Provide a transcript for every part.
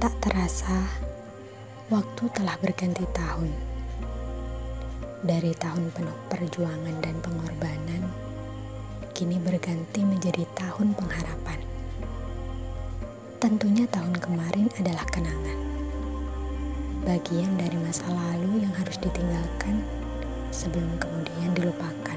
Tak terasa, waktu telah berganti tahun. Dari tahun penuh perjuangan dan pengorbanan, kini berganti menjadi tahun pengharapan. Tentunya tahun kemarin adalah kenangan. Bagian dari masa lalu yang harus ditinggalkan sebelum kemudian dilupakan.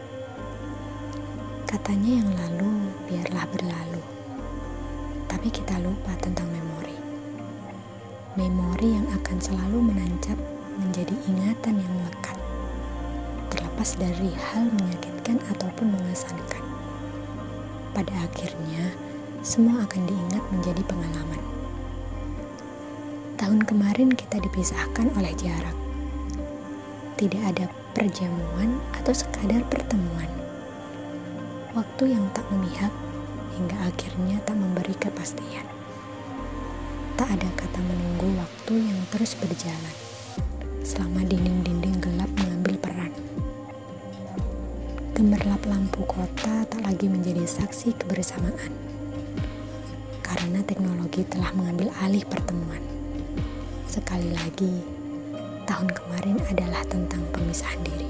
Katanya yang lalu biarlah berlalu. Tapi kita lupa tentang memori. Memori yang akan selalu menancap menjadi ingatan yang melekat. Terlepas dari hal menyakitkan ataupun mengesankan. Pada akhirnya, semua akan diingat menjadi pengalaman. Tahun kemarin kita dipisahkan oleh jarak. Tidak ada perjamuan atau sekadar pertemuan. Waktu yang tak memihak hingga akhirnya tak memberi kepastian. Tak ada kata menunggu waktu yang terus berjalan selama dinding-dinding gelap mengambil peran. Gemerlap lampu kota tak lagi menjadi saksi kebersamaan karena teknologi telah mengambil alih pertemuan. Sekali lagi, tahun kemarin adalah tentang pemisahan diri.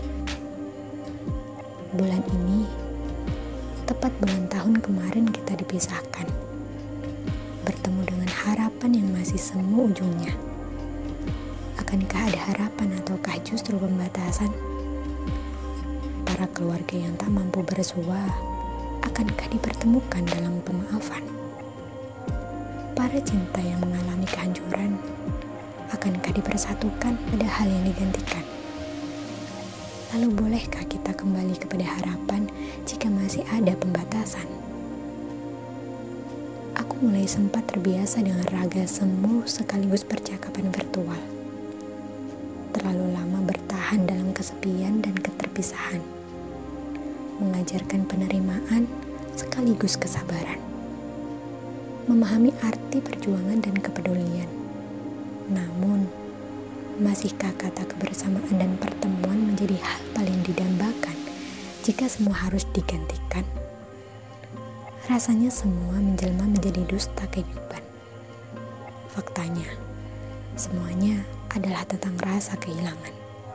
Bulan ini, tepat bulan tahun kemarin kita dipisahkan. Bertemu dengan harapan yang masih semu ujungnya. Akankah ada harapan ataukah justru pembatasan? Para keluarga yang tak mampu bersua, akankah dipertemukan dalam pemaafan? Para cinta yang mengalami kehancuran, akankah dipersatukan pada hal yang digantikan? Lalu bolehkah kita kembali kepada harapan jika masih ada pembatasan? Aku mulai sempat terbiasa dengan raga semu sekaligus percakapan virtual. Terlalu lama bertahan dalam kesepian dan keterpisahan. Mengajarkan penerimaan sekaligus kesabaran. Memahami arti perjuangan dan kepedulian. Namun, masihkah kata kebersamaan dan pertemuan menjadi hal paling didambakan jika semua harus digantikan? Rasanya semua menjelma menjadi dusta kehidupan. Faktanya, semuanya adalah tentang rasa kehilangan.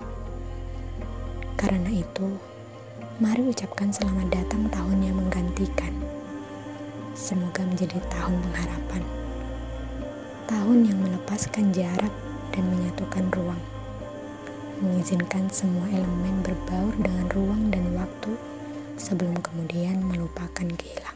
Karena itu, mari ucapkan selamat datang tahun yang menggantikan. Semoga menjadi tahun pengharapan. Tahun yang melepaskan jarak dan menyatukan ruang. Mengizinkan semua elemen berbaur dengan ruang dan waktu sebelum kemudian melupakan kehilangan.